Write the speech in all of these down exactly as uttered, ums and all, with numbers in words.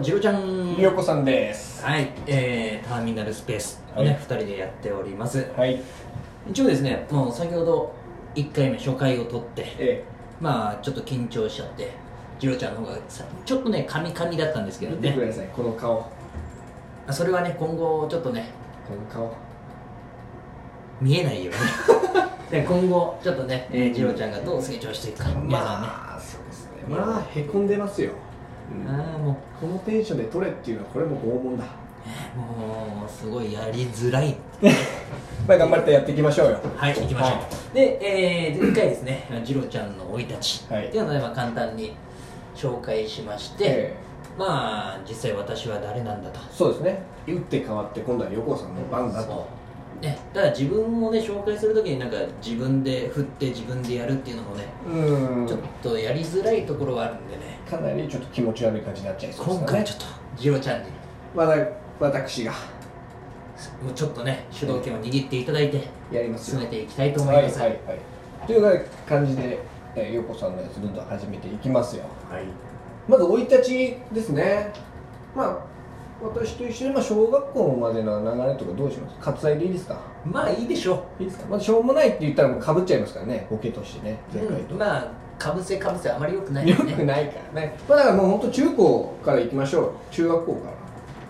ジロちゃん、 りょうこさんです。 はい、えー、ターミナルスペースをね、 はい、 ふたりでやっております。 はい。 一応ですね、もう先ほどいっかいめ初回を取って、 ええ、 まあちょっと緊張しちゃってジロちゃんの方がさちょっとねカミカミだったんですけどね。 見てください、この顔。 それはね、今後ちょっとね、 この顔見えないようにで今後ちょっとね、えー、ジロちゃんがどう成長していくか、皆さんね。 まあそうですね、まあへこんでますよ。 うん、ああもうこのテンションで取れっていうのはこれも拷問だ。 もうすごいやりづらいまあ頑張ってやっていきましょうよ。 はい、行きましょう。はい、で、えー、前回ですね、ジロちゃんの生い立ちっていうので、まあ、簡単に紹介しまして、えー、まあ実際私は誰なんだと。 そうですね、打って変わって今度は横尾さんの番だと。 ね、ただ自分もね紹介するときになんか自分で振って自分でやるっていうのもね、うん、ちょっとやりづらいところはあるんでね、 かなりちょっと気持ち悪い感じになっちゃいそうですね。 今回ちょっとジロちゃんにまだ私がもうちょっとね主導権を握っていただいてやります進めていきたいと思います。 はいはいはい、というような感じで、えー、横さんのやつどんどん始めていきますよ。はい、まず生い立ちですね。まあ私と一緒に、まあ、小学校までの流れとかどうします？割愛でいいですか？ まあいいでしょう。 いいですか？まあしょうもないって言ったらもうかぶっちゃいますからね、ボケとしてね、前回と、 うん、まあかぶせかぶせあまりよくないよね。 よくないからね。まあだからもう本当中高からいきましょう。中学校から。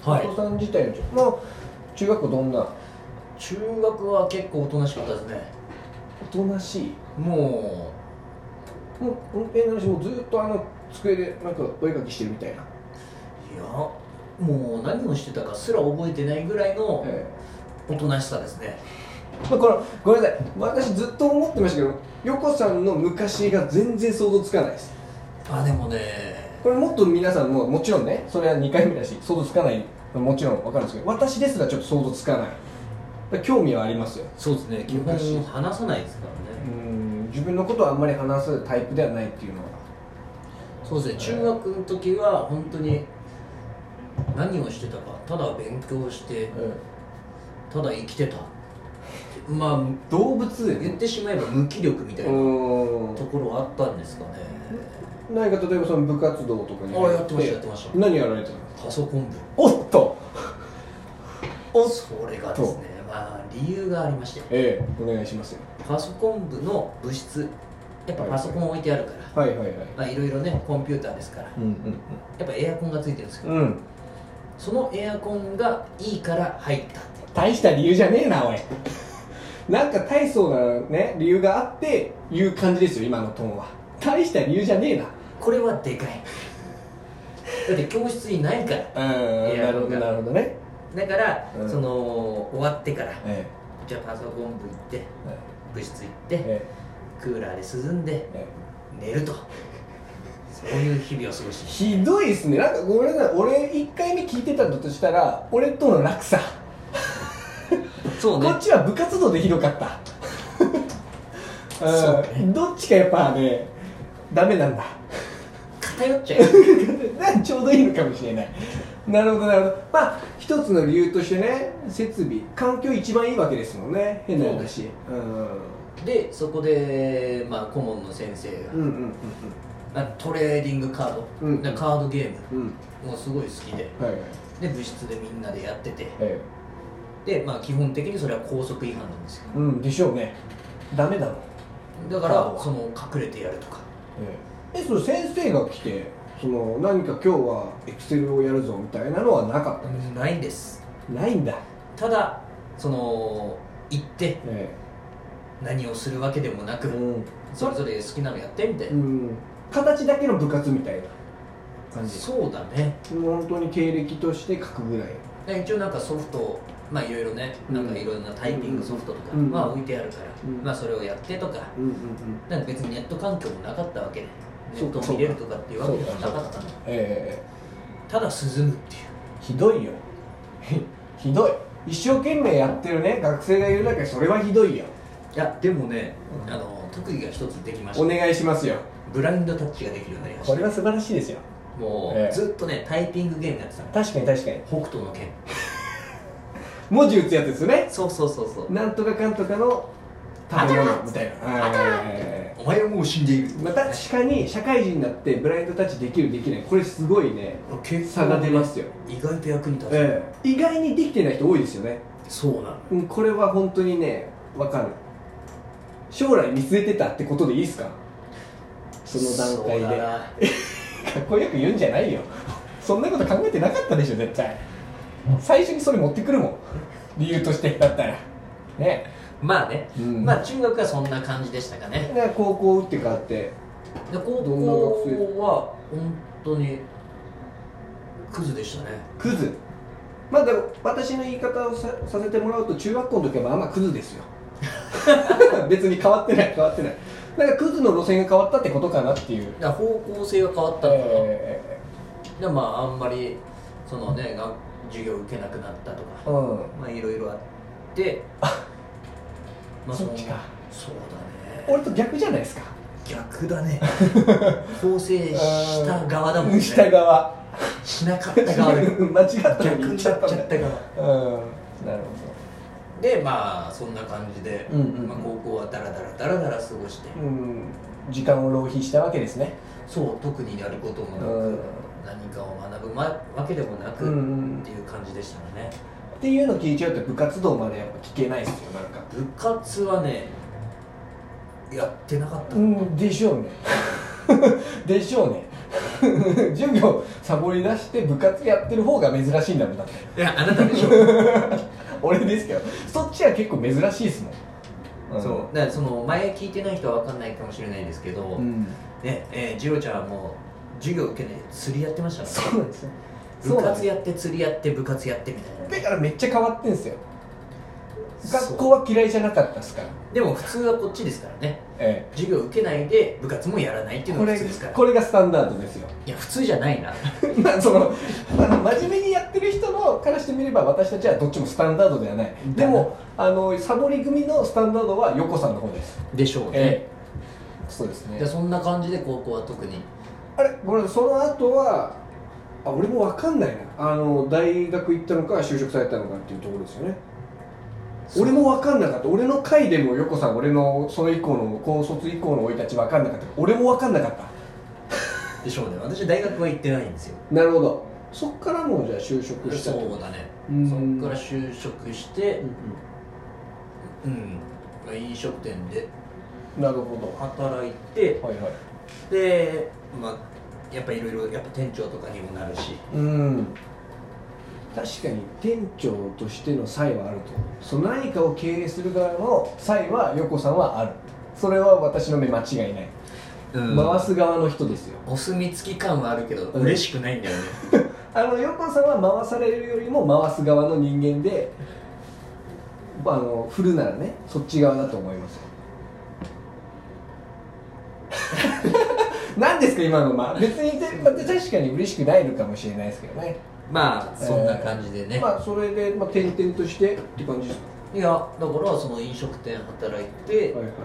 はい。お父さん自体のまあ中学校どんな？ 中学は結構おとなしかったですね。 おとなしい。 もうもうえなしもうずっとあの机でなんかお絵描きしてるみたいな。いや。 もう何をしてたかすら覚えてないぐらいのおとなしさですね。 まあ、このごめんなさい、私ずっと思ってましたけど、横さんの昔が全然想像つかないです。 あ、でもね、 これもっと皆さんももちろんね、それはにかいめだし想像つかないのもちろん分かるんですけど、私ですらちょっと想像つかない。興味はありますよ。 そうですね、基本話さないですからね。 うん、自分のことはあんまり話すタイプではないっていうのは。そうですね、中学の時は本当に何をしてたか、ただ勉強して、うん、ただ生きてた。まあ動物言ってしまえば無気力みたいなところはあったんですかね。 何か例えばその部活動とかにあやってましたやってました。 何やられてたの？ パソコン部。 おっとおそれがですね、まあ理由がありまして、 ええ、お願いしますよ。 パソコン部の部室、やっぱパソコン置いてあるから、はいはいはい、まあいろいろねコンピューターですから、うんうんうん、やっぱエアコンがついてるんですけど、うん、そのエアコンがいいから入ったって。 大した理由じゃねえなおいなんか大層なね理由があって言う感じですよ今のトーンは。大した理由じゃねえな。 これはでかいだって教室にないから。 うん、なるほどなるほどね。 だから、うん、その終わってから、ええ、じゃあパソコン部行って、ええ、部室行って、ええ、クーラーで涼んで、ええ、寝るとそういう日々を過ごしてひどいですね。なんかごめんなさい、俺いっかいめ聞いてたんだとしたら俺との落差そうね、こっちは部活動でひどかったそう、ね、どっちかやっぱねダメなんだ。 偏っちゃうちょうどいいのかもしれない。なるほどなるほど。まあ一つの理由としてね、設備環境一番いいわけですもんね。変な話、 うん、でそこで、まあ、顧問の先生が、うんうんうんうん、トレーディングカード、うん、カードゲームもすごい好きで、はいはい、で部室でみんなでやってて、はい、で、まあ、基本的にそれは校則違反なんですよ。 うんでしょうね。ダメだろ。 だからその隠れてやるとか。 ええ、その先生が来てその何か今日はエクセルをやるぞみたいなのはなかったんですか？ ないです。 ないんだ。 ただその行って、ええ、何をするわけでもなく、うん、それぞれ好きなのやってみたいな、うん、 形だけの部活みたいな感じ。 そうだね。 本当に経歴として書くぐらい。 一応なんかソフト、まあいろいろね、うん、なんかいろんなタイピングソフトとか、うん、まあ置いてあるから、うん、まあそれをやってとか、うんうんうん、なんか別にネット環境もなかったわけで、ネットを見れるとかっていうわけではなかったの。えー、ただ涼むっていう。 ひどいよひどい。一生懸命やってるね学生がいるだけそれはひどいよ。 いやでもね、うん、あの特技が一つできました。 お願いしますよ。 ブラインドタッチができるようになりました。 これは素晴らしいですよ。 もう、えー、ずっとねタイピングゲームやってたの。 確かに確かに。 北斗の拳文字打つやつですよね。 そうそうそうそう。 なんとかかんとかの食べ物みたいな。 お前はもう死んでいる、 まあ、確かに社会人になってブラインドタッチできるできない、これすごいね差が出ますよ。 意外と役に立つ、 ええ、意外にできてない人多いですよね。 そうなの、 うん、これは本当にね分かる。将来見据えてたってことでいいですか、その段階で。かっこよく言うんじゃないよそんなこと考えてなかったでしょ絶対。最初にそれ持ってくるもん理由としてだったらね。 まあね、うん、まあ中学はそんな感じでしたかね。 で高校打って変わって、で高校は本当にクズでしたね。 クズ、まあでも私の言い方を さ, させてもらうと、中学校の時はまあまあクズですよ別に変わってない変わってない。なんかクズの路線が変わったってことかなっていう。 方向性が変わったのかな、えー、でまああんまりそのね授業受けなくなったとか、うん、まあいろいろあってまあ、 そっちか。 そうだね。 俺と逆じゃないですか。 逆だね構成した側だもんね。 した側しなかった側で間違った逆になっちゃった側。うん、なるほど。 でまあそんな感じで、うんうんうん、まあ、高校はダラダラダラダラ過ごして、 うん、時間を浪費したわけですね。 そう、特にやることもなく、うん、何かを学ぶ、ま、わけでもなく、うんうん、っていう感じでしたね。 っていうのを聞いちゃうと部活動までやっぱ聞けないですよ。なんか部活はねやってなかった、 うん、でしょうねでしょうね授業サボり出して部活やってる方が珍しいんだもん。だっていやあなたでしょ俺ですけど、そっちは結構珍しいですもん、うん、 そうだからその前聞いてない人は分かんないかもしれないですけど、うん、ねえー、ジロちゃんはもう授業受けて釣りやってましたからね。 そうですね、 部活やって釣りやって部活やってみたいな、 だからめっちゃ変わってんすよ。学校は嫌いじゃなかったですから。 でも普通はこっちですからね、ええ、授業受けないで部活もやらないっていうのが普通ですから。 これ、これがスタンダードですよ。 いや普通じゃないなまあそのあの真面目にやってる人のからしてみれば私たちはどっちもスタンダードではない。でもあのサボり組のスタンダードは横さんの方ですでしょうね、 ええ、そうですね。 じゃあそんな感じで高校は特にあれごめんなさい、その後はあ俺も分かんないな、あの大学行ったのか就職されたのかっていうところですよね。俺も分かんなかった。俺の回でも横さん、俺のそれ以降の高卒以降の生い立ち分かんなかった。俺も分かんなかったでしょうね。私大学は行ってないんですよ。 なるほど。そっからもうじゃあ就職した。 そうだね、そっから就職して、うん、うん、飲食店でなるほど働いて、 はいはい、 でまあやっぱいろいろやっぱ店長とかにもなるし、 うん、確かに店長としての才はあると。その何かを経営する側の才は横さんはある。それは私の目間違いない、うん、回す側の人ですよ。 お墨付き感はあるけど、うん、嬉しくないんだよねあの横さんは回されるよりも回す側の人間で、あの振るならねそっち側だと思いますよ何ですか今の。まあ別に、まあ、確かに嬉しくないのかもしれないですけどね。 まあそんな感じでね、 えー、まあそれで、まあ、転々としてって感じですか。 いやだからその飲食店働いて、はいはい、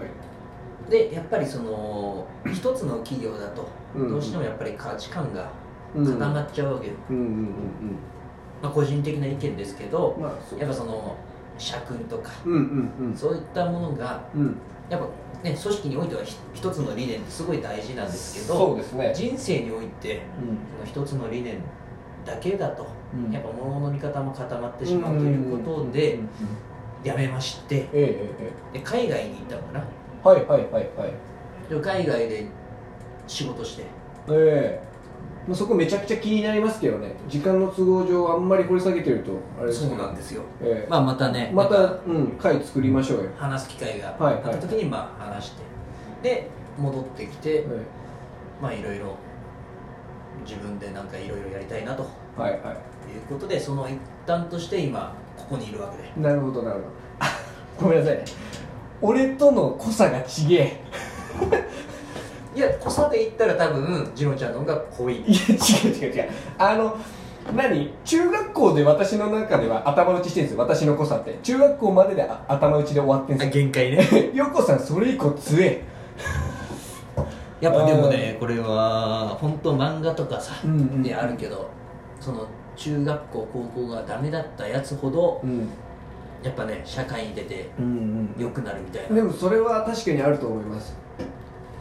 でやっぱりその一つの企業だとどうしてもやっぱり価値観が固まっちゃうわけよ。まあ個人的な意見ですけど、まあ、やっぱその社訓とか、うんうんうん、そういったものが、うん、やっぱね、組織においては一つの理念ってすごい大事なんですけど、 そうですね、 人生において、うん、その一つの理念だけだと、うん、やっぱ物の見方も固まってしまうということでやめまして、ええ、で海外に行ったのかな。 はいはいはいはい。 で海外で仕事して、 ええ、そこめちゃくちゃ気になりますけどね。時間の都合上あんまり掘り下げてるとあれですね。 そうなんですよ、ええ、まあまたねまた、うん、回作りましょうよ。 話す機会があった時にまあ話して、はいはい、で戻ってきて、はい、まあいろいろ自分でなんかいろいろやりたいなと、はいはい、いうことでその一端として今ここにいるわけで。 なるほどなるほどごめんなさいね、俺との濃さがちげえいや濃さで言ったら多分ジロちゃんの方が濃い。いや違う違う違う、あの何中学校で私の中では頭打ちしてるんですよ。私の濃さって中学校までで頭打ちで終わってるんですよ。 限界ね横さんそれ以降強えやっぱでもねこれは本当漫画とかさ、うんうん、であるけどその中学校高校がダメだったやつほど、うん、やっぱね社会に出て良くなるみたいな、 うんうん、でもそれは確かにあると思います。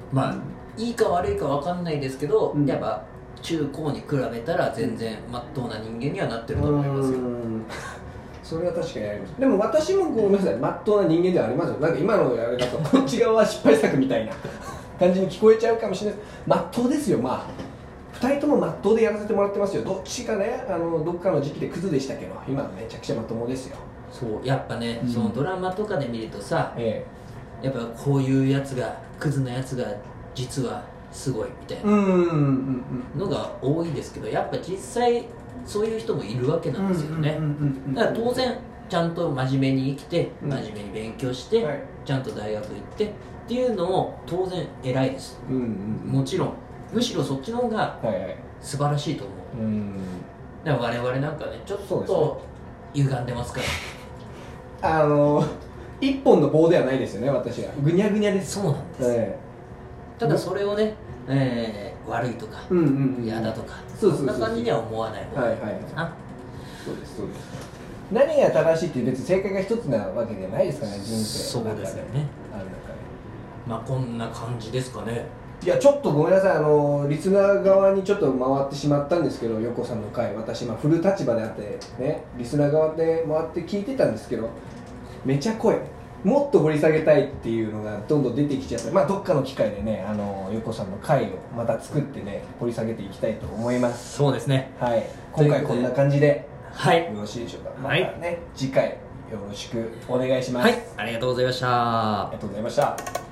まあ、うん、いいか悪いか分かんないですけど、うん、やっぱ中高に比べたら全然まっとうな人間にはなってると思いますよ。 それは確かにあります。でも私もごめんなさい、まっとうな人間ではありますよ。なんか今のやり方こっち側は失敗作みたいな感じに聞こえちゃうかもしれないです。まっとうですよ。まあふたりともまっとうでやらせてもらってますよ。どっちかね、あのどっかの時期でクズでしたけど、今はめちゃくちゃまともですよ。 そうやっぱね、うん、そのドラマとかで見るとさ、ええ、やっぱこういうやつがクズなやつが実はすごいみたいなのが多いですけど、やっぱ実際そういう人もいるわけなんですよね。だから当然ちゃんと真面目に生きて真面目に勉強して、うん、ちゃんと大学行ってっていうのも当然偉いです、うんうんうん、もちろんむしろそっちの方が素晴らしいと思う、はいはい、だから我々なんかねちょっと歪んでますから、あの一本の棒ではないですよね。私はぐにゃぐにゃです。 そうなんです、えー、ただそれをね、えー、悪いとか、うんうんうん、嫌だとかそんな感じには思わない方がいいかな、はいはい、 そうですそうです。何が正しいって別に正解が一つなわけじゃないですからね、人生の中で。 そうですよね。ある中でまあこんな感じですかね。 いやちょっとごめんなさい、あのリスナー側にちょっと回ってしまったんですけど、横さんの回、私まあ振る立場であってね、リスナー側で回って聞いてたんですけど、めちゃ濃い、もっと掘り下げたいっていうのがどんどん出てきちゃって、まあどっかの機会でね、あの横さんの回をまた作ってね、掘り下げていきたいと思います。 そうですね。 はい。今回こんな感じで、 はい、 よろしいでしょうか。またね、はい、次回よろしくお願いします。 はい、ありがとうございました。 ありがとうございました。